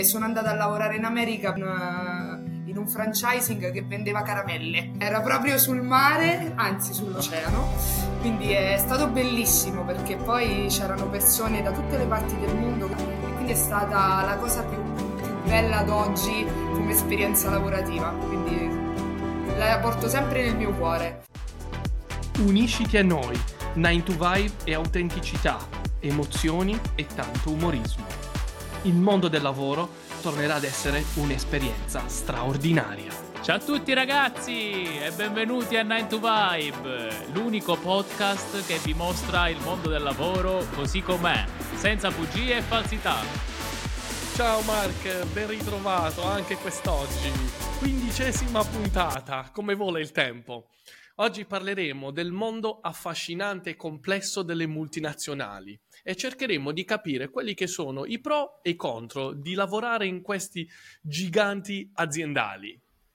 Sono andata a lavorare in America in un franchising che vendeva caramelle. Era proprio sul mare, anzi sull'oceano, quindi è stato bellissimo perché poi c'erano persone da tutte le parti del mondo e quindi è stata la cosa più bella ad oggi come esperienza lavorativa, quindi la porto sempre nel mio cuore. Unisciti a noi, 9 to Vibe e autenticità, emozioni e tanto umorismo. Il mondo del lavoro tornerà ad essere un'esperienza straordinaria. Ciao a tutti ragazzi e benvenuti a 9 to Vibe, l'unico podcast che vi mostra il mondo del lavoro così com'è, senza bugie e falsità. Ciao Mark, ben ritrovato anche quest'oggi. 15ª puntata, come vuole il tempo. Oggi parleremo del mondo affascinante e complesso delle multinazionali e cercheremo di capire quelli che sono i pro e i contro di lavorare in questi giganti aziendali.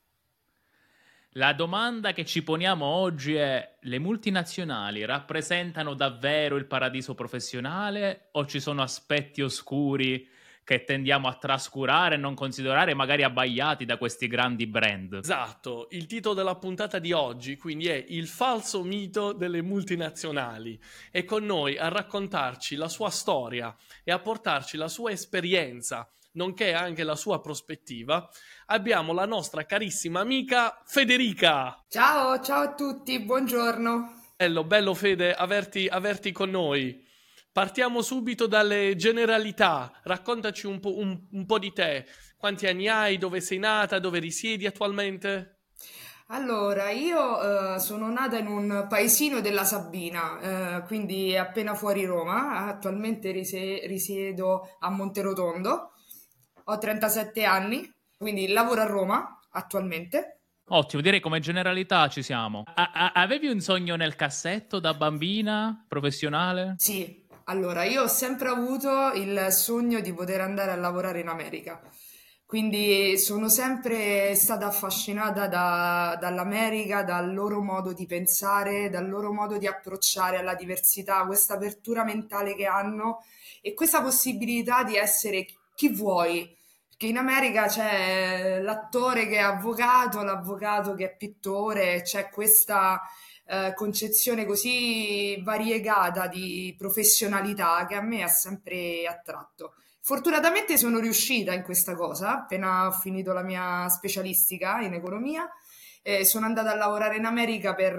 La domanda che ci poniamo oggi è: le multinazionali rappresentano davvero il paradiso professionale o ci sono aspetti oscuri che tendiamo a trascurare e non considerare, magari abbagliati da questi grandi brand? Esatto, il titolo della puntata di oggi quindi è Il falso mito delle multinazionali e con noi a raccontarci la sua storia e a portarci la sua esperienza, nonché anche la sua prospettiva, abbiamo la nostra carissima amica Federica. Ciao a tutti, buongiorno. Bello Fede, averti con noi. Partiamo subito dalle generalità, raccontaci un po' di te, quanti anni hai, dove sei nata, dove risiedi attualmente? Allora, io sono nata in un paesino della Sabina, quindi appena fuori Roma. Attualmente risiedo a Monterotondo, ho 37 anni, quindi lavoro a Roma attualmente. Ottimo, direi come generalità ci siamo. Avevi un sogno nel cassetto da bambina, professionale? Sì, allora io ho sempre avuto il sogno di poter andare a lavorare in America. Quindi sono sempre stata affascinata dall'America, dal loro modo di pensare, dal loro modo di approcciare alla diversità, questa apertura mentale che hanno e questa possibilità di essere chi vuoi. Perché in America c'è l'attore che è avvocato, l'avvocato che è pittore, c'è questa concezione così variegata di professionalità che a me ha sempre attratto. Fortunatamente sono riuscita in questa cosa, appena ho finito la mia specialistica in economia, sono andata a lavorare in America per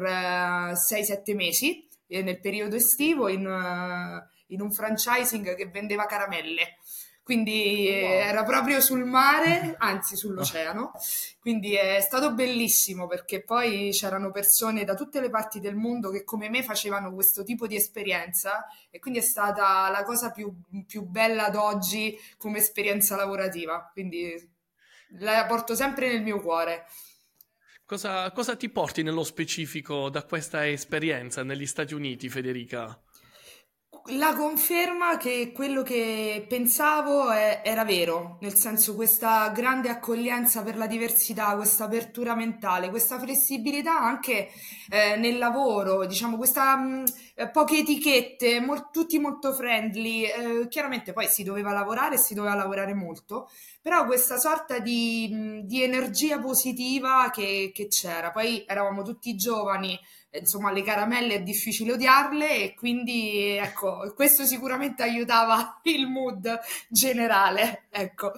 6-7 mesi, nel periodo estivo, in un franchising che vendeva caramelle. Quindi era proprio sul mare, anzi sull'oceano, quindi è stato bellissimo perché poi c'erano persone da tutte le parti del mondo che come me facevano questo tipo di esperienza e quindi è stata la cosa più bella ad oggi come esperienza lavorativa, quindi la porto sempre nel mio cuore. Cosa ti porti nello specifico da questa esperienza negli Stati Uniti, Federica? La conferma che quello che pensavo era vero, nel senso questa grande accoglienza per la diversità, questa apertura mentale, questa flessibilità anche nel lavoro, diciamo questa poche etichette, tutti molto friendly, chiaramente poi si doveva lavorare e si doveva lavorare molto, però questa sorta di energia positiva che c'era, poi eravamo tutti giovani, insomma le caramelle è difficile odiarle e quindi ecco, questo sicuramente aiutava il mood generale, ecco.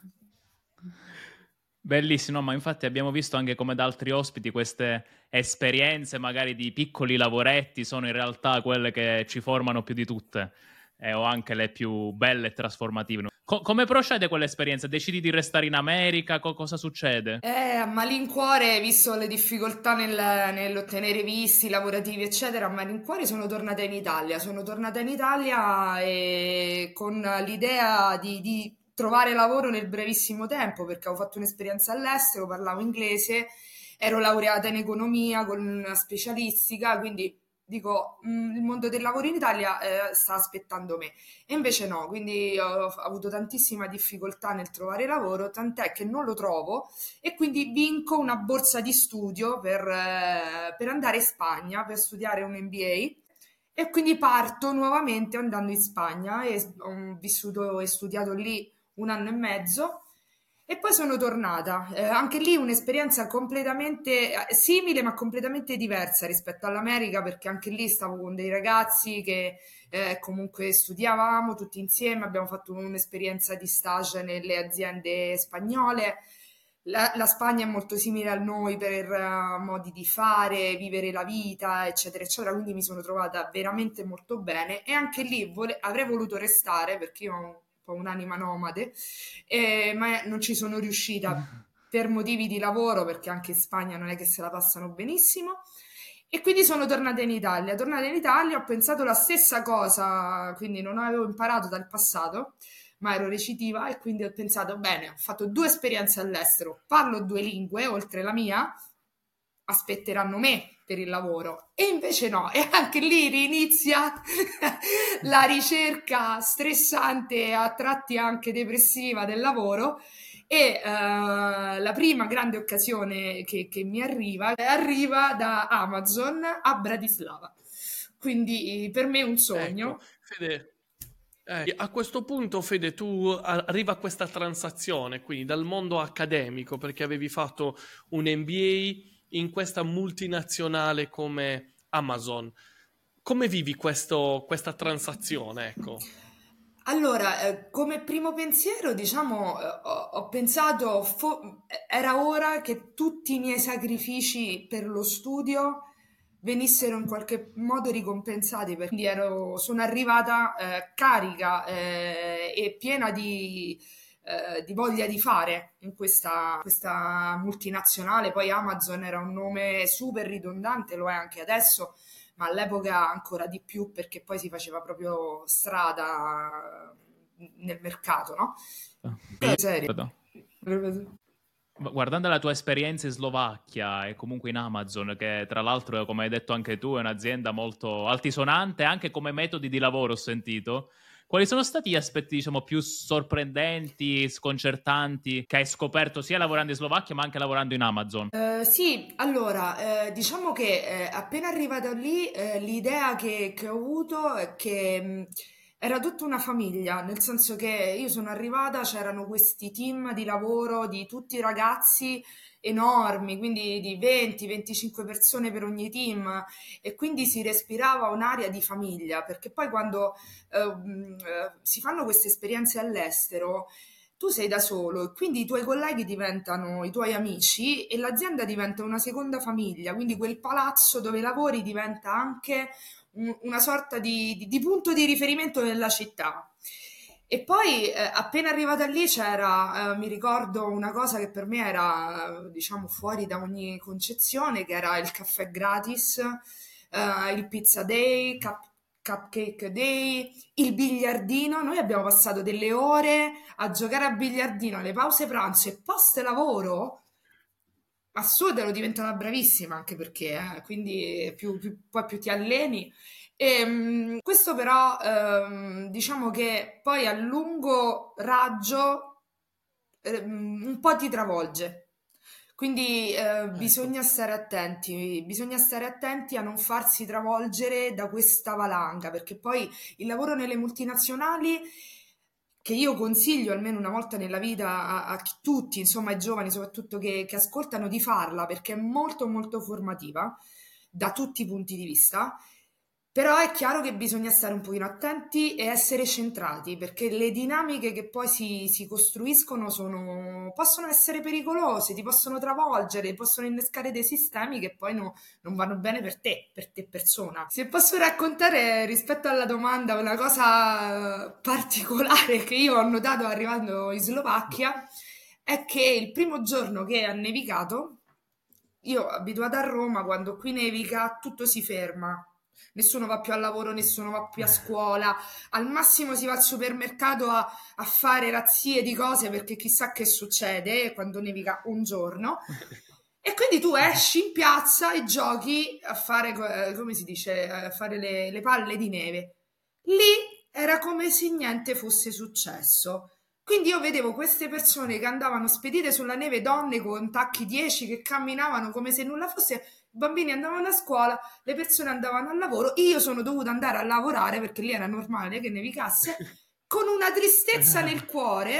Bellissimo, ma infatti abbiamo visto anche come da altri ospiti queste esperienze magari di piccoli lavoretti sono in realtà quelle che ci formano più di tutte o anche le più belle e trasformative. Come procede quell'esperienza? Decidi di restare in America? Cosa succede? A malincuore, visto le difficoltà nell'ottenere visti lavorativi, eccetera, a malincuore sono tornata in Italia e con l'idea di trovare lavoro nel brevissimo tempo, perché avevo fatto un'esperienza all'estero, parlavo inglese, ero laureata in economia con una specialistica, quindi dico, il mondo del lavoro in Italia sta aspettando me. E invece no, quindi ho avuto tantissima difficoltà nel trovare lavoro, tant'è che non lo trovo e quindi vinco una borsa di studio per andare in Spagna per studiare un MBA e quindi parto nuovamente andando in Spagna e ho vissuto e studiato lì un anno e mezzo E poi sono tornata, anche lì un'esperienza completamente simile ma completamente diversa rispetto all'America, perché anche lì stavo con dei ragazzi che comunque studiavamo tutti insieme, abbiamo fatto un'esperienza di stage nelle aziende spagnole. La Spagna è molto simile a noi per modi di fare, vivere la vita, eccetera, eccetera, quindi mi sono trovata veramente molto bene e anche lì avrei voluto restare perché io ho un po' un'anima nomade, ma non ci sono riuscita per motivi di lavoro, perché anche in Spagna non è che se la passano benissimo. E quindi sono tornata in Italia. Tornata in Italia ho pensato la stessa cosa, quindi non avevo imparato dal passato, ma ero recitiva e quindi ho pensato, bene, ho fatto 2 esperienze all'estero, parlo 2 lingue oltre la mia, aspetteranno me per il lavoro. E invece no, e anche lì rinizia la ricerca stressante, a tratti anche depressiva del lavoro. E la prima grande occasione che mi arriva da Amazon a Bratislava. Quindi per me è un Ecco, sogno. Fede, a questo punto, Fede, tu arriva a questa transazione, quindi dal mondo accademico, perché avevi fatto un MBA in questa multinazionale come Amazon. Come vivi questa transazione, ecco? Allora, come primo pensiero, diciamo, ho pensato, era ora che tutti i miei sacrifici per lo studio venissero in qualche modo ricompensati, perché quindi sono arrivata carica e piena di voglia di fare in questa multinazionale. Poi Amazon era un nome super ridondante, lo è anche adesso, ma all'epoca ancora di più perché poi si faceva proprio strada nel mercato, no? Serio. Pardon. Guardando la tua esperienza in Slovacchia e comunque in Amazon, che tra l'altro, come hai detto anche tu, è un'azienda molto altisonante, anche come metodi di lavoro ho sentito, quali sono stati gli aspetti, diciamo, più sorprendenti, sconcertanti che hai scoperto sia lavorando in Slovacchia ma anche lavorando in Amazon? Sì, allora, diciamo che appena arrivata lì, l'idea che ho avuto è che era tutta una famiglia, nel senso che io sono arrivata, c'erano questi team di lavoro di tutti i ragazzi enormi, quindi di 20-25 persone per ogni team, e quindi si respirava un'aria di famiglia, perché poi quando si fanno queste esperienze all'estero, tu sei da solo e quindi i tuoi colleghi diventano i tuoi amici e l'azienda diventa una seconda famiglia, quindi quel palazzo dove lavori diventa anche una sorta di punto di riferimento nella città. E poi appena arrivata lì c'era, mi ricordo una cosa che per me era, diciamo, fuori da ogni concezione, che era il caffè gratis, il pizza day, cupcake day, il biliardino. Noi abbiamo passato delle ore a giocare a biliardino alle pause pranzo e post lavoro. Assurdo, ero diventata bravissima anche perché, quindi poi più ti alleni. Questo però, diciamo che poi a lungo raggio un po' ti travolge. Quindi Ecco. bisogna stare attenti a non farsi travolgere da questa valanga, perché poi il lavoro nelle multinazionali, che io consiglio almeno una volta nella vita a tutti, insomma ai giovani soprattutto che ascoltano, di farla, perché è molto molto formativa da tutti i punti di vista. Però è chiaro che bisogna stare un pochino attenti e essere centrati, perché le dinamiche che poi si costruiscono possono essere pericolose, ti possono travolgere, possono innescare dei sistemi che poi non vanno bene per te persona. Se posso raccontare rispetto alla domanda una cosa particolare che io ho notato arrivando in Slovacchia, è che il primo giorno che ha nevicato, io abituata a Roma, quando qui nevica tutto si ferma. Nessuno va più al lavoro, nessuno va più a scuola, al massimo si va al supermercato a fare razzie di cose perché chissà che succede quando nevica un giorno. E quindi tu esci in piazza e giochi a fare, come si dice, a fare le palle di neve. Lì era come se niente fosse successo. Quindi io vedevo queste persone che andavano spedite sulla neve, donne con tacchi 10 che camminavano come se nulla fosse, i bambini andavano a scuola, le persone andavano al lavoro, io sono dovuta andare a lavorare perché lì era normale che nevicasse, con una tristezza nel cuore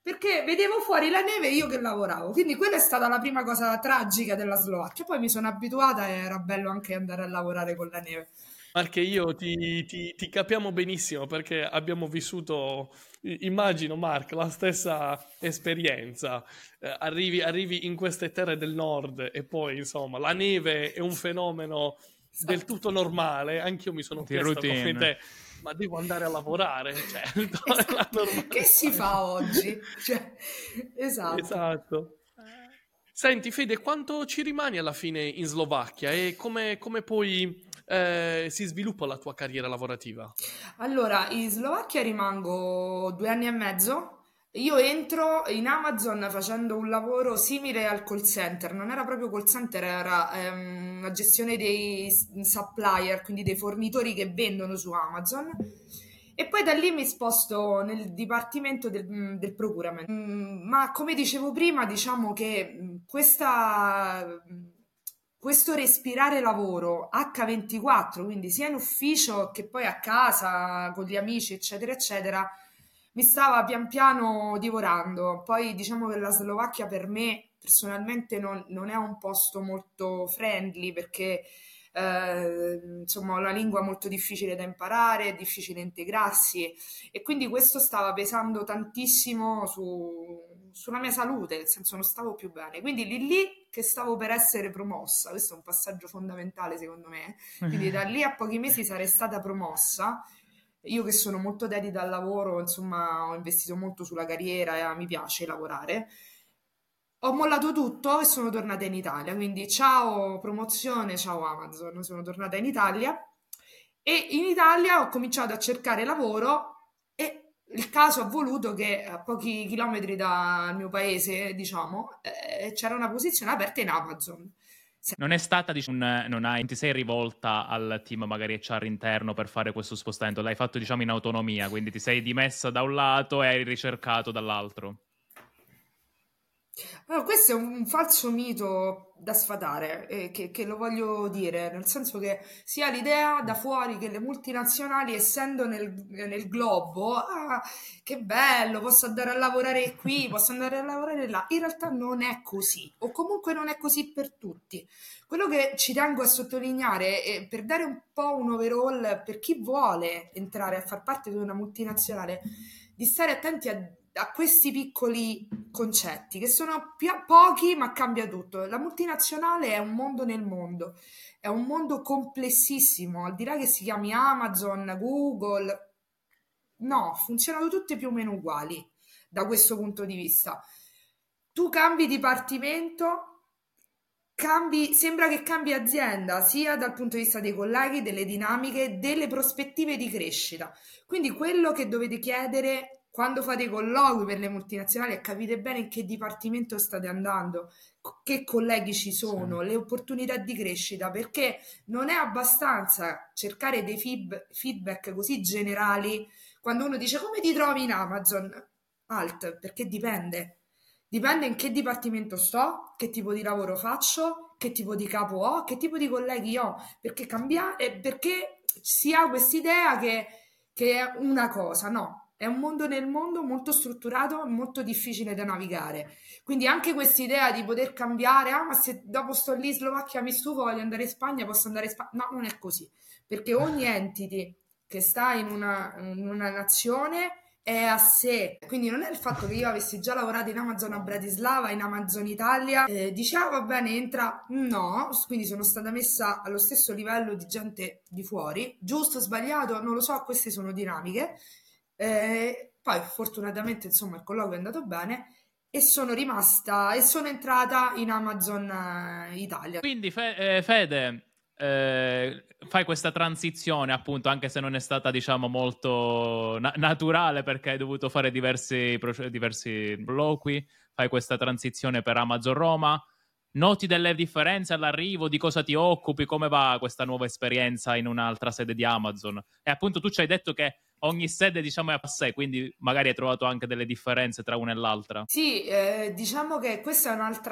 perché vedevo fuori la neve e io che lavoravo. Quindi quella è stata la prima cosa tragica della Slovacchia. Poi mi sono abituata e era bello anche andare a lavorare con la neve. Marche, io ti capiamo benissimo perché abbiamo vissuto, immagino Mark, la stessa esperienza. Arrivi in queste terre del nord e poi insomma la neve è un fenomeno del Esatto. tutto normale. Anch'io mi sono Di chiesto come routine. te, ma devo andare a lavorare? Certo, è la Esatto. Che normale si fa oggi? Cioè, esatto. Esatto. Senti, Fede, quanto ci rimani alla fine in Slovacchia e come poi si sviluppa la tua carriera lavorativa? Allora, in Slovacchia rimango 2 anni e mezzo. Io entro in Amazon facendo un lavoro simile al call center, non era proprio call center, era una gestione dei supplier, quindi dei fornitori che vendono su Amazon. E poi da lì mi sposto nel dipartimento del procurement. Ma come dicevo prima, diciamo che questo respirare lavoro H24, quindi sia in ufficio che poi a casa con gli amici, eccetera, eccetera, mi stava pian piano divorando. Poi diciamo che la Slovacchia per me personalmente non è un posto molto friendly perché insomma ho la lingua molto difficile da imparare, è difficile integrarsi e quindi questo stava pesando tantissimo sulla mia salute, nel senso non stavo più bene. Quindi lì che stavo per essere promossa, questo è un passaggio fondamentale secondo me, quindi da lì a pochi mesi sarei stata promossa. Io che sono molto dedita al lavoro, insomma, ho investito molto sulla carriera e mi piace lavorare. Ho mollato tutto e sono tornata in Italia, quindi ciao promozione, ciao Amazon, sono tornata in Italia e in Italia ho cominciato a cercare lavoro e il caso ha voluto che a pochi chilometri dal mio paese, diciamo, c'era una posizione aperta in Amazon. Non è stata, diciamo, non ti sei rivolta al team magari HR interno per fare questo spostamento, l'hai fatto, diciamo, in autonomia, quindi ti sei dimessa da un lato e hai ricercato dall'altro. Allora, questo è un falso mito da sfatare, che lo voglio dire, nel senso che si ha l'idea da fuori che le multinazionali, essendo nel globo, che bello, posso andare a lavorare qui, posso andare a lavorare là. In realtà non è così, o comunque non è così per tutti. Quello che ci tengo a sottolineare è per dare un po' un overall per chi vuole entrare a far parte di una multinazionale, di stare attenti a questi piccoli concetti che sono pochi ma cambia tutto. La multinazionale è un mondo nel mondo, è un mondo complessissimo, al di là che si chiami Amazon, Google, no, funzionano tutte più o meno uguali da questo punto di vista. Tu cambi dipartimento, sembra che cambi azienda, sia dal punto di vista dei colleghi, delle dinamiche, delle prospettive di crescita. Quindi quello che dovete chiedere quando fate i colloqui per le multinazionali è capire bene in che dipartimento state andando, che colleghi ci Sì. sono, le opportunità di crescita, perché non è abbastanza cercare dei feedback così generali quando uno dice come ti trovi in Amazon? Alt, perché dipende. Dipende in che dipartimento sto, che tipo di lavoro faccio, che tipo di capo ho, che tipo di colleghi ho, perché perché si ha quest'idea che è una cosa, no, è un mondo nel mondo molto strutturato e molto difficile da navigare. Quindi anche quest'idea di poter cambiare, ma se dopo sto lì in Slovacchia mi stufo, voglio andare in Spagna, posso andare in Spagna. No, non è così, perché ogni entity che sta in una nazione è a sé. Quindi non è il fatto che io avessi già lavorato in Amazon a Bratislava, in Amazon Italia, diciamo va bene, entra, no, quindi sono stata messa allo stesso livello di gente di fuori, giusto, sbagliato, non lo so, queste sono dinamiche. Poi fortunatamente insomma il colloquio è andato bene e sono entrata in Amazon Italia. Quindi Fede, fai questa transizione appunto, anche se non è stata, diciamo, molto naturale perché hai dovuto fare diversi colloqui, fai questa transizione per Amazon Roma. Noti delle differenze all'arrivo, di cosa ti occupi, come va questa nuova esperienza in un'altra sede di Amazon? E appunto tu ci hai detto che ogni sede, diciamo, è a sé, quindi magari hai trovato anche delle differenze tra una e l'altra. Sì, diciamo che questo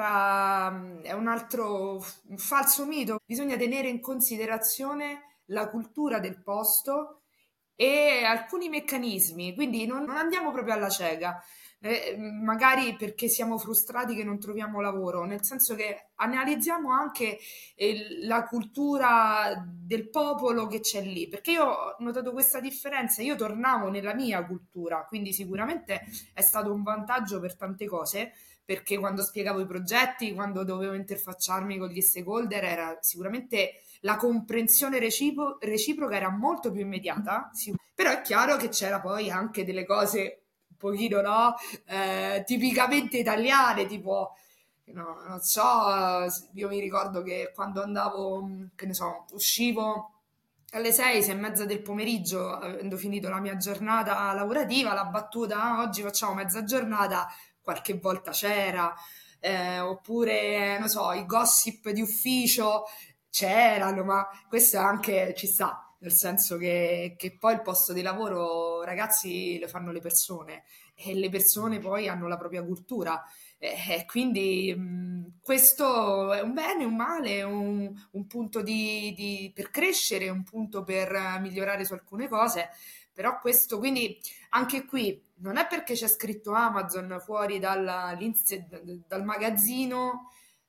è un altro falso mito. Bisogna tenere in considerazione la cultura del posto e alcuni meccanismi, quindi non andiamo proprio alla cieca. magari perché siamo frustrati che non troviamo lavoro, nel senso che analizziamo anche la cultura del popolo che c'è lì, perché io ho notato questa differenza, io tornavo nella mia cultura, quindi sicuramente è stato un vantaggio per tante cose, perché quando spiegavo i progetti, quando dovevo interfacciarmi con gli stakeholder, era sicuramente la comprensione reciproca era molto più immediata, però è chiaro che c'era poi anche delle cose un pochino, no? Tipicamente italiane, tipo, no, non so, io mi ricordo che quando andavo, che ne so, uscivo alle 6, 6 e mezza del pomeriggio, avendo finito la mia giornata lavorativa, la battuta, "Ah, oggi facciamo mezza giornata", qualche volta c'era, oppure, non so, i gossip di ufficio c'erano, ma questo anche ci sta, nel senso che poi il posto di lavoro, ragazzi, lo fanno le persone e le persone poi hanno la propria cultura. E quindi questo è un bene, un male, un punto per crescere, un punto per migliorare su alcune cose, però questo, quindi anche qui non è perché c'è scritto Amazon fuori dal magazzino,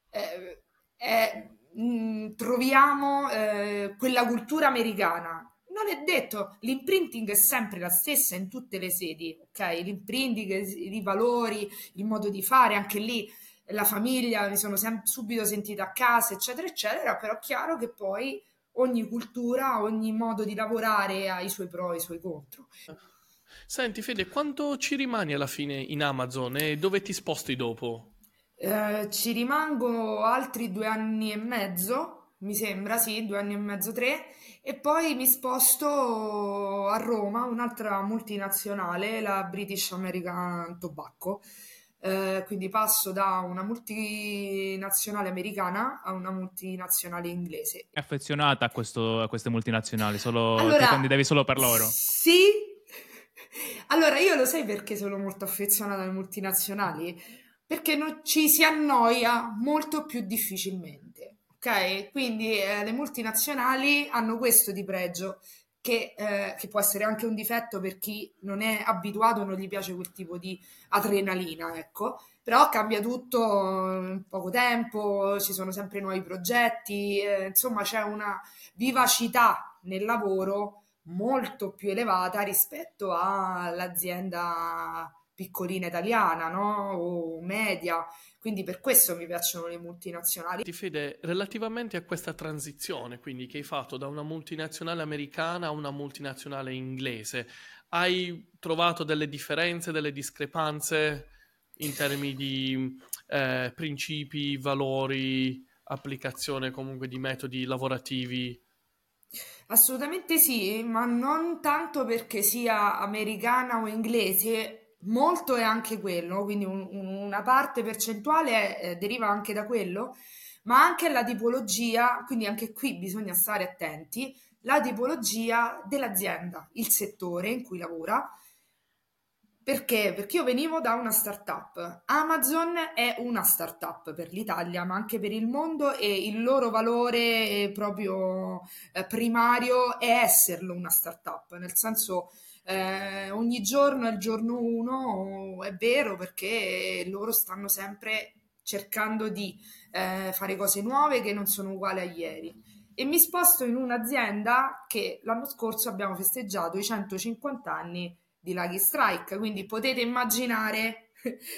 troviamo quella cultura americana. Non è detto, l'imprinting è sempre la stessa in tutte le sedi, ok? L'imprinting, i valori, il modo di fare, anche lì la famiglia, mi sono subito sentita a casa, eccetera, eccetera, però è chiaro che poi ogni cultura, ogni modo di lavorare ha i suoi pro e i suoi contro. Senti Fede, quanto ci rimani alla fine in Amazon e dove ti sposti dopo? Ci rimango altri 2 anni e mezzo, mi sembra, sì, 2 anni e mezzo, 3, e poi mi sposto a Roma, un'altra multinazionale, la British American Tobacco. Quindi passo da una multinazionale americana a una multinazionale inglese. È affezionata a queste multinazionali, ti Allora, candidavi solo per loro. sì. Allora, io lo sai perché sono molto affezionata alle multinazionali? Perché ci si annoia molto più difficilmente, ok? Quindi le multinazionali hanno questo di pregio, che può essere anche un difetto per chi non è abituato, non gli piace quel tipo di adrenalina, ecco. Però cambia tutto in poco tempo, ci sono sempre nuovi progetti, insomma c'è una vivacità nel lavoro molto più elevata rispetto all'azienda piccolina italiana, no? O media. Quindi per questo mi piacciono le multinazionali. Ti Fede, relativamente a questa transizione, quindi che hai fatto da una multinazionale americana a una multinazionale inglese, hai trovato delle differenze, delle discrepanze in termini di principi, valori, applicazione comunque di metodi lavorativi? Assolutamente sì, ma non tanto perché sia americana o inglese, molto è anche quello, quindi una parte percentuale deriva anche da quello, ma anche la tipologia, quindi anche qui bisogna stare attenti, la tipologia dell'azienda, il settore in cui lavora. Perché? Perché io venivo da una startup. Amazon è una startup per l'Italia, ma anche per il mondo, e il loro valore proprio primario è esserlo una startup, nel senso ogni giorno è il giorno uno, è vero, perché loro stanno sempre cercando di fare cose nuove che non sono uguali a ieri. E mi sposto in un'azienda che l'anno scorso abbiamo festeggiato i 150 anni di Lucky Strike, quindi potete immaginare,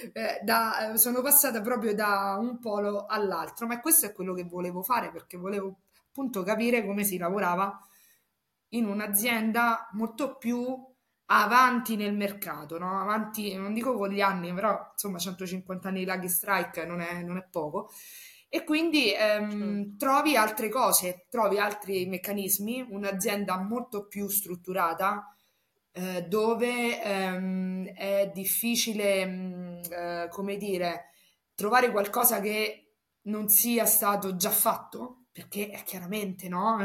sono passata proprio da un polo all'altro, ma questo è quello che volevo fare, perché volevo appunto capire come si lavorava in un'azienda molto più avanti nel mercato, no? Avanti, non dico con gli anni, però insomma 150 anni di Lucky Strike non è poco. E quindi Certo. trovi altre cose, trovi altri meccanismi, un'azienda molto più strutturata, dove è difficile, come dire, trovare qualcosa che non sia stato già fatto, perché chiaramente, no?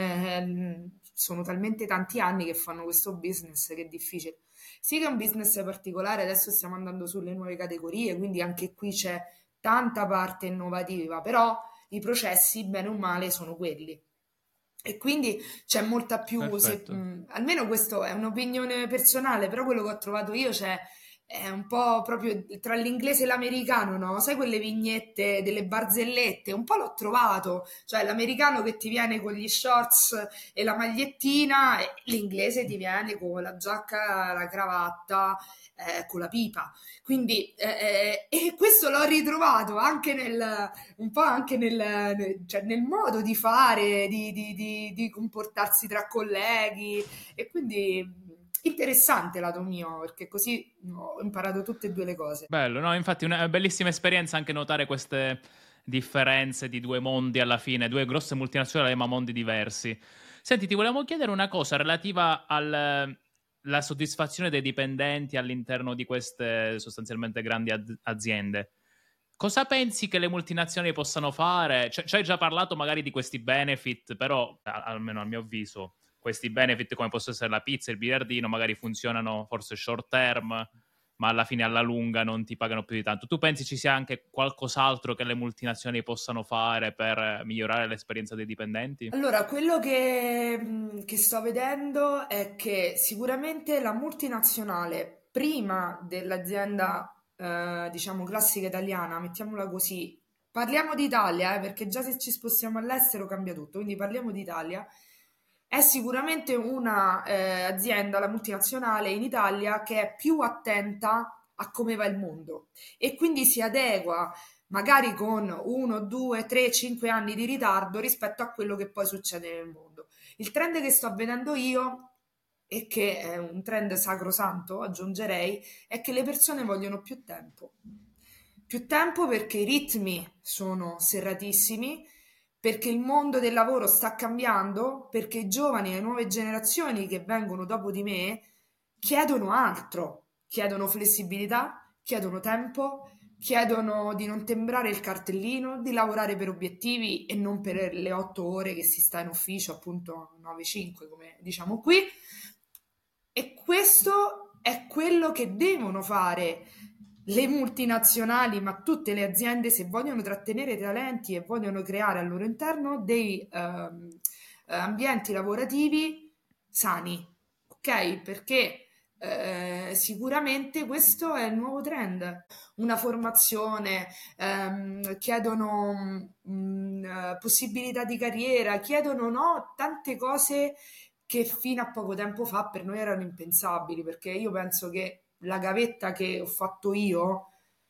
Sono talmente tanti anni che fanno questo business che è difficile. Sì che è un business particolare, adesso stiamo andando sulle nuove categorie, quindi anche qui c'è tanta parte innovativa, però i processi, bene o male, sono quelli. E quindi c'è molta più, Perfetto. almeno questo è un'opinione personale, però quello che ho trovato io c'è è un po' proprio tra l'inglese e l'americano, no? Sai quelle vignette delle barzellette? Un po' l'ho trovato, cioè l'americano che ti viene con gli shorts e la magliettina, e l'inglese ti viene con la giacca, la cravatta, con la pipa. Quindi, e questo l'ho ritrovato anche un po' anche cioè nel modo di fare, di comportarsi tra colleghi, e quindi interessante lato mio, perché così ho imparato tutte e due le cose. Bello, no? Infatti è una bellissima esperienza anche notare queste differenze di due mondi alla fine, due grosse multinazionali ma mondi diversi. Senti, ti volevamo chiedere una cosa relativa alla soddisfazione dei dipendenti all'interno di queste sostanzialmente grandi aziende. Cosa pensi che le multinazionali possano fare? Ci hai già parlato magari di questi benefit, però almeno a mio avviso questi benefit come possono essere la pizza e il biliardino magari funzionano forse short term, ma alla fine alla lunga non ti pagano più di tanto. Tu pensi ci sia anche qualcos'altro che le multinazionali possano fare per migliorare l'esperienza dei dipendenti? Allora, quello che sto vedendo è che sicuramente la multinazionale, prima dell'azienda, diciamo, classica italiana, mettiamola così, parliamo d'Italia, perché già se ci spostiamo all'estero cambia tutto, quindi parliamo d'Italia, è sicuramente una, azienda, la multinazionale in Italia, che è più attenta a come va il mondo e quindi si adegua magari con 1, 2, 3, 5 anni di ritardo rispetto a quello che poi succede nel mondo. Il trend che sto vedendo io, e che è un trend sacrosanto, aggiungerei, è che le persone vogliono più tempo. Più tempo perché i ritmi sono serratissimi, perché il mondo del lavoro sta cambiando, perché i giovani e le nuove generazioni che vengono dopo di me chiedono altro, chiedono flessibilità, chiedono tempo, chiedono di non tembrare il cartellino, di lavorare per obiettivi e non per le 8 ore che si sta in ufficio, appunto 9-5 come diciamo qui. E questo è quello che devono fare le multinazionali, ma tutte le aziende, se vogliono trattenere i talenti e vogliono creare al loro interno dei ambienti lavorativi sani, ok? Perché sicuramente questo è il nuovo trend. Una formazione, chiedono possibilità di carriera, chiedono no, tante cose che fino a poco tempo fa per noi erano impensabili, perché io penso che la gavetta che ho fatto io,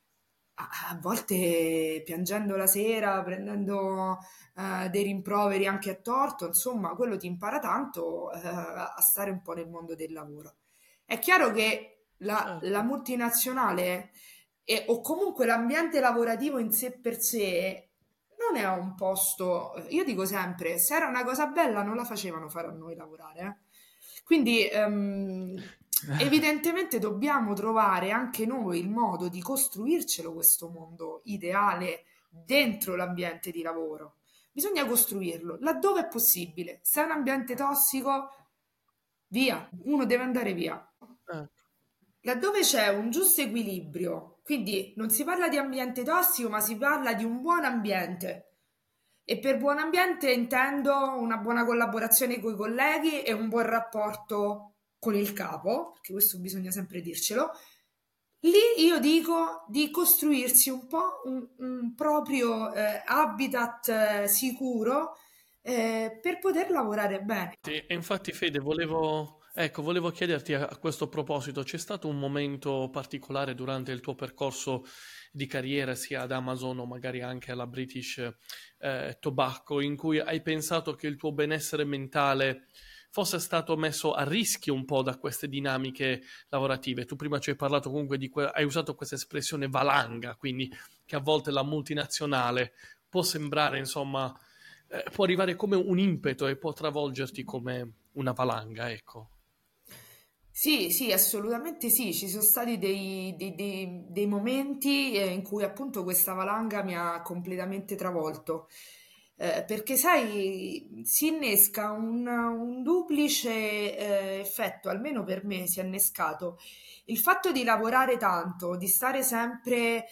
a volte piangendo la sera, prendendo dei rimproveri anche a torto, insomma, quello ti impara tanto a stare un po' nel mondo del lavoro. È chiaro che la Certo. multinazionale o comunque l'ambiente lavorativo in sé per sé non è un posto, io dico sempre, se era una cosa bella non la facevano fare a noi lavorare, eh. Quindi evidentemente dobbiamo trovare anche noi il modo di costruircelo questo mondo ideale dentro l'ambiente di lavoro. Bisogna costruirlo laddove è possibile. Se è un ambiente tossico, via, uno deve andare via. Eh, Laddove c'è un giusto equilibrio, quindi non si parla di ambiente tossico, ma si parla di un buon ambiente. E per buon ambiente intendo una buona collaborazione con i colleghi e un buon rapporto con il capo, perché questo bisogna sempre dircelo. Lì io dico di costruirsi un po' un proprio habitat sicuro per poter lavorare bene. sì, e infatti Fede, volevo chiederti a questo proposito, c'è stato un momento particolare durante il tuo percorso di carriera, sia ad Amazon o magari anche alla British Tobacco, in cui hai pensato che il tuo benessere mentale fosse stato messo a rischio un po' da queste dinamiche lavorative? Tu prima ci hai parlato comunque hai usato questa espressione valanga, quindi che a volte la multinazionale può sembrare, insomma, può arrivare come un impeto e può travolgerti come una valanga, ecco. Sì, sì, assolutamente sì, ci sono stati dei momenti in cui appunto questa valanga mi ha completamente travolto. Perché sai, si innesca un duplice effetto, almeno per me si è innescato. Il fatto di lavorare tanto, di stare sempre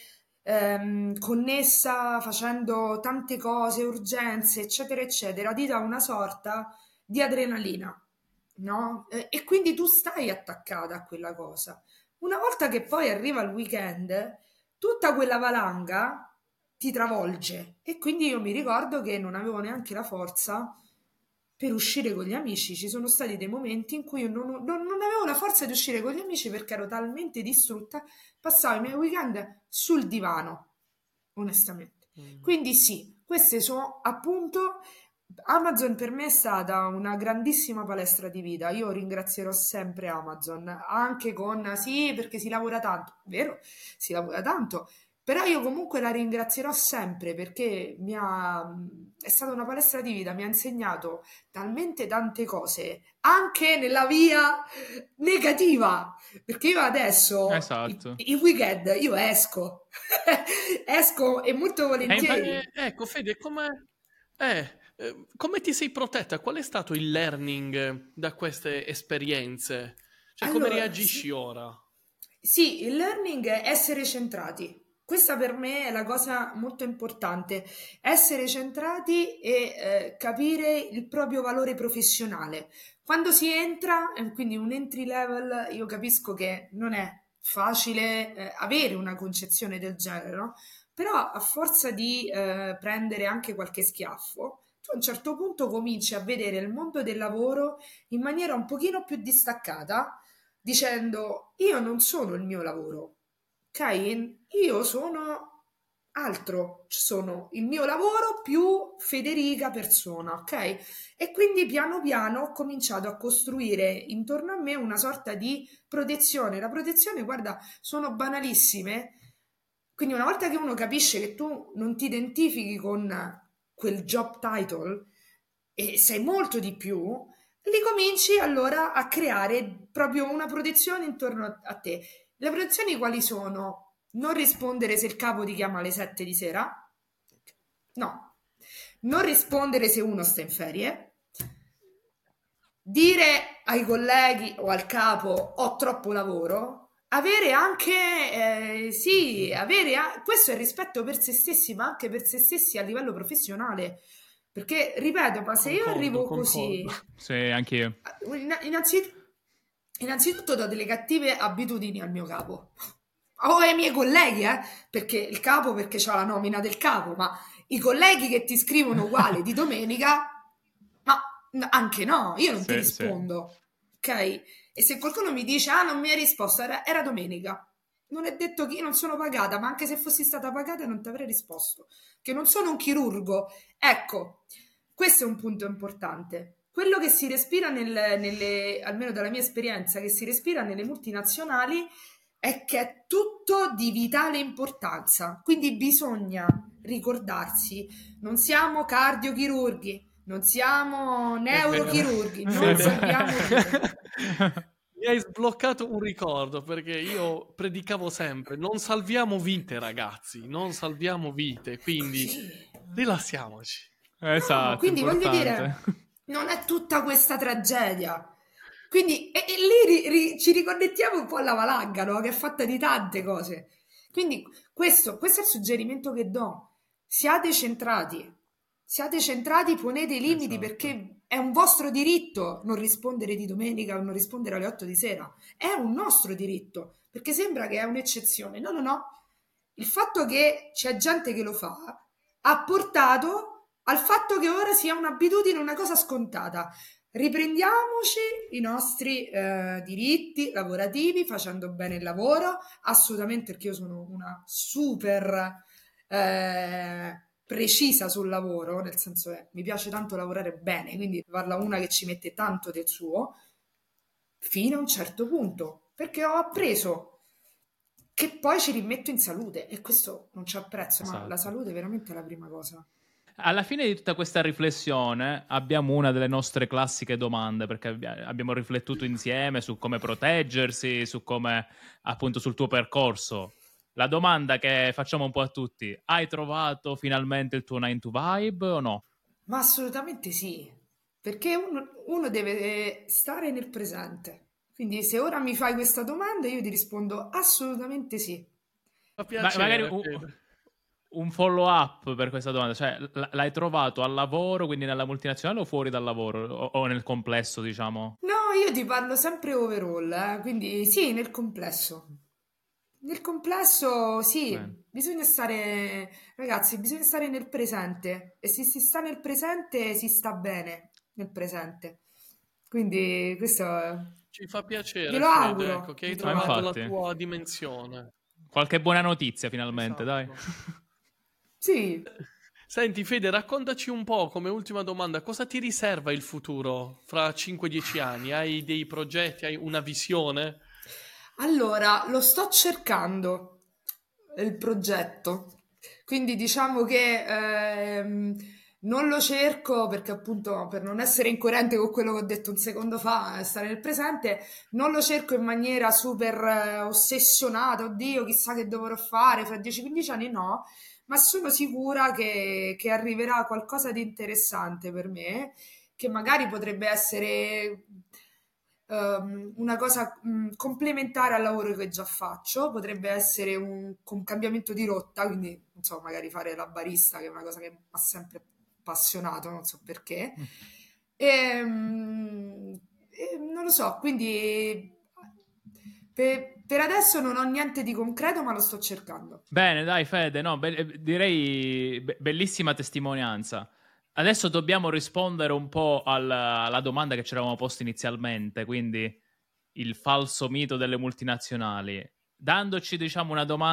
connessa, facendo tante cose, urgenze, eccetera, eccetera, ti dà una sorta di adrenalina, no? E quindi tu stai attaccata a quella cosa. Una volta che poi arriva il weekend, tutta quella valanga ti travolge e quindi io mi ricordo che non avevo neanche la forza per uscire con gli amici. Ci sono stati dei momenti in cui io non avevo la forza di uscire con gli amici perché ero talmente distrutta, passavo i miei weekend sul divano, onestamente. Quindi sì, queste sono appunto... Amazon per me è stata una grandissima palestra di vita. Io ringrazierò sempre Amazon, anche con sì, perché si lavora tanto, vero? Si lavora tanto, però io comunque la ringrazierò sempre perché è stata una palestra di vita, mi ha insegnato talmente tante cose, anche nella via negativa, perché io adesso Esatto. i weekend io esco, esco e molto volentieri. Ecco, Fede, come ti sei protetta? Qual è stato il learning da queste esperienze? Cioè, come Allora, reagisci ora? sì, il learning è essere centrati. Questa per me è la cosa molto importante, essere centrati e capire il proprio valore professionale. Quando si entra, quindi un entry level, io capisco che non è facile avere una concezione del genere, no? Però a forza di prendere anche qualche schiaffo, tu a un certo punto cominci a vedere il mondo del lavoro in maniera un pochino più distaccata dicendo io non sono il mio lavoro, ok? Io sono altro, sono il mio lavoro più Federica persona, ok? E quindi piano piano ho cominciato a costruire intorno a me una sorta di protezione. La protezione, guarda, sono banalissime. Quindi una volta che uno capisce che tu non ti identifichi con quel job title e sei molto di più, li cominci allora a creare proprio una protezione intorno a te. Le protezioni quali sono? Non rispondere se il capo ti chiama alle 7 di sera, no. Non rispondere se uno sta in ferie, dire ai colleghi o al capo ho troppo lavoro, avere anche, sì, questo è il rispetto per se stessi, ma anche per se stessi a livello professionale. Perché, ripeto, ma se io Concordo, arrivo concordo. così, Sì, anch'io. innanzitutto do delle cattive abitudini al mio capo. O ai miei colleghi, perché il capo perché c'ha la nomina del capo, ma i colleghi che ti scrivono uguale di domenica, ma anche no, io non ti Sì, sì. rispondo, ok? E se qualcuno mi dice, ah, non mi hai risposto, era domenica. Non è detto che io non sono pagata, ma anche se fossi stata pagata non ti avrei risposto, che non sono un chirurgo. Ecco, questo è un punto importante. Quello che si respira almeno dalla mia esperienza, che si respira nelle multinazionali è che è tutto di vitale importanza. Quindi bisogna ricordarsi, non siamo cardiochirurghi, non siamo È vero. neurochirurghi, non salviamo vite. Mi hai sbloccato un ricordo perché io predicavo sempre: non salviamo vite, ragazzi, non salviamo vite, quindi Sì. rilassiamoci. No, Esatto, quindi voglio importante. dire, non è tutta questa tragedia. Quindi, e lì ci riconnettiamo un po' alla valanga, no? Che è fatta di tante cose. Quindi, questo è il suggerimento che do. Siate centrati, ponete i limiti Esatto. perché è un vostro diritto non rispondere di domenica o non rispondere alle 8 di sera. È un nostro diritto, perché sembra che è un'eccezione. No, no, no. Il fatto che c'è gente che lo fa ha portato al fatto che ora sia un'abitudine, una cosa scontata. Riprendiamoci i nostri diritti lavorativi facendo bene il lavoro, assolutamente perché io sono una super precisa sul lavoro, nel senso che mi piace tanto lavorare bene, quindi parla una che ci mette tanto del suo, fino a un certo punto, perché ho appreso che poi ci rimetto in salute e questo non c'ha prezzo, ma la Esatto. salute è veramente la prima cosa. Alla fine di tutta questa riflessione abbiamo una delle nostre classiche domande, perché abbiamo riflettuto insieme su come proteggersi, su come, appunto, sul tuo percorso. La domanda che facciamo un po' a tutti: hai trovato finalmente il tuo 9 to vibe o no? Ma assolutamente sì, perché uno deve stare nel presente. Quindi se ora mi fai questa domanda io ti rispondo assolutamente sì. Fa Magari piacere, Fede. un follow up per questa domanda, cioè l'hai trovato al lavoro, quindi nella multinazionale o fuori dal lavoro o nel complesso, diciamo? No, io ti parlo sempre overall, quindi sì, nel complesso. Nel complesso, sì, Bene. ragazzi, bisogna stare nel presente e se si sta nel presente si sta bene nel presente. Quindi questo Ci fa ve piacere, lo Fede, ecco, auguro che di hai Ma trovato la trovarlo. infatti, tua dimensione. qualche buona notizia finalmente, dai. Esatto. Sì. Senti, Fede, raccontaci un po' come ultima domanda, cosa ti riserva il futuro fra 5-10 anni? Hai dei progetti, hai una visione? Allora, lo sto cercando, il progetto. Quindi diciamo che non lo cerco perché appunto per non essere incoerente con quello che ho detto un secondo fa, stare nel presente, non lo cerco in maniera super ossessionata, oddio, chissà che dovrò fare fra 10-15 anni, no, ma sono sicura che arriverà qualcosa di interessante per me, che magari potrebbe essere una cosa complementare al lavoro che già faccio, potrebbe essere un cambiamento di rotta, quindi non so, magari fare la barista, che è una cosa che mi ha sempre appassionato, non so perché. E non lo so, quindi per adesso non ho niente di concreto, ma lo sto cercando. Bene, dai Fede, no, direi bellissima testimonianza. Adesso dobbiamo rispondere un po' alla domanda che ci eravamo posti inizialmente, quindi il falso mito delle multinazionali. Dandoci, diciamo,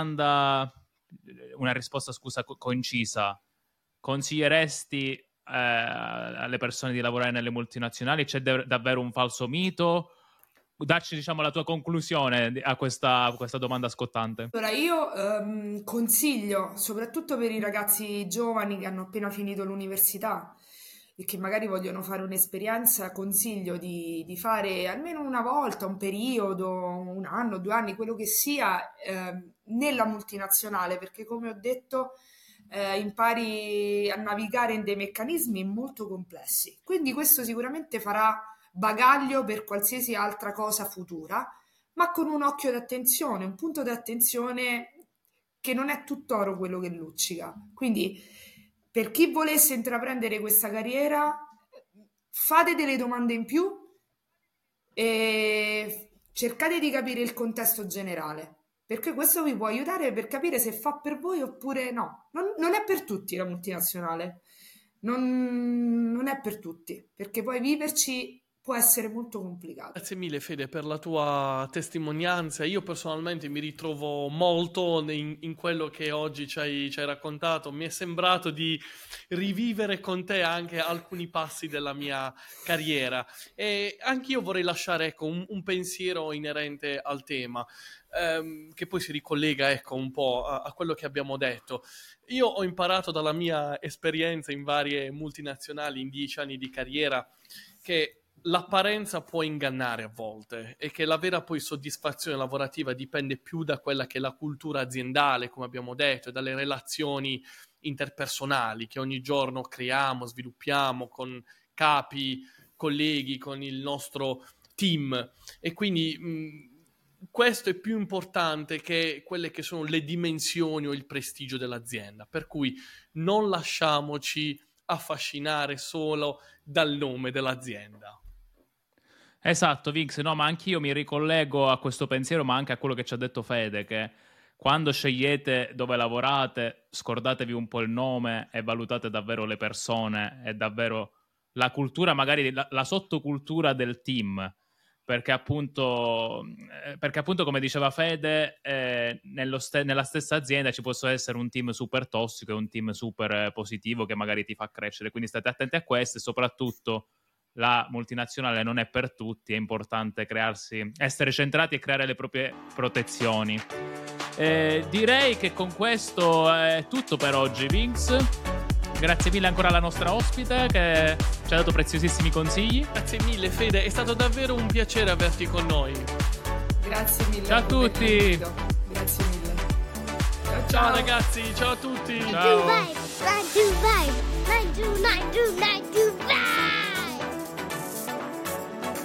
una risposta, scusa, concisa, consiglieresti alle persone di lavorare nelle multinazionali? C'è davvero un falso mito? Dacci, diciamo, la tua conclusione a questa domanda scottante. Allora, io consiglio, soprattutto per i ragazzi giovani che hanno appena finito l'università e che magari vogliono fare un'esperienza, consiglio di fare almeno una volta, un periodo, 1 anno, 2 anni, quello che sia, nella multinazionale, perché come ho detto, impari a navigare in dei meccanismi molto complessi. Quindi questo sicuramente farà bagaglio per qualsiasi altra cosa futura, ma con un occhio d'attenzione, un punto d'attenzione che non è tutt'oro quello che luccica. Quindi, per chi volesse intraprendere questa carriera, fate delle domande in più e cercate di capire il contesto generale, perché questo vi può aiutare per capire se fa per voi oppure no. Non è per tutti la multinazionale, non è per tutti, perché poi viverci può essere molto complicato. Grazie mille Fede per la tua testimonianza. Io personalmente mi ritrovo molto in quello che oggi ci hai raccontato. Mi è sembrato di rivivere con te anche alcuni passi della mia carriera e anch'io vorrei lasciare ecco, un pensiero inerente al tema. Che poi si ricollega ecco, un po' a quello che abbiamo detto. Io ho imparato dalla mia esperienza in varie multinazionali in 10 anni di carriera che l'apparenza può ingannare a volte e che la vera poi soddisfazione lavorativa dipende più da quella che è la cultura aziendale, come abbiamo detto, e dalle relazioni interpersonali che ogni giorno creiamo, sviluppiamo con capi, colleghi, con il nostro team. E quindi questo è più importante che quelle che sono le dimensioni o il prestigio dell'azienda. Per cui non lasciamoci affascinare solo dal nome dell'azienda. Esatto, Vix, no, ma anch'io mi ricollego a questo pensiero, ma anche a quello che ci ha detto Fede, che quando scegliete dove lavorate, scordatevi un po' il nome e valutate davvero le persone e davvero la cultura, magari la sottocultura del team, perché appunto come diceva Fede, nella stessa azienda ci può essere un team super tossico e un team super positivo che magari ti fa crescere, quindi state attenti a questo e soprattutto la multinazionale non è per tutti, è importante essere centrati e creare le proprie protezioni. Direi che con questo è tutto per oggi, Vinx. Grazie mille ancora alla nostra ospite che ci ha dato preziosissimi consigli. Grazie mille Fede, è stato davvero un piacere averti con noi. Grazie mille. Ciao a tutti. Grazie mille. Ciao ragazzi, ciao a tutti. Ciao. 925 929 929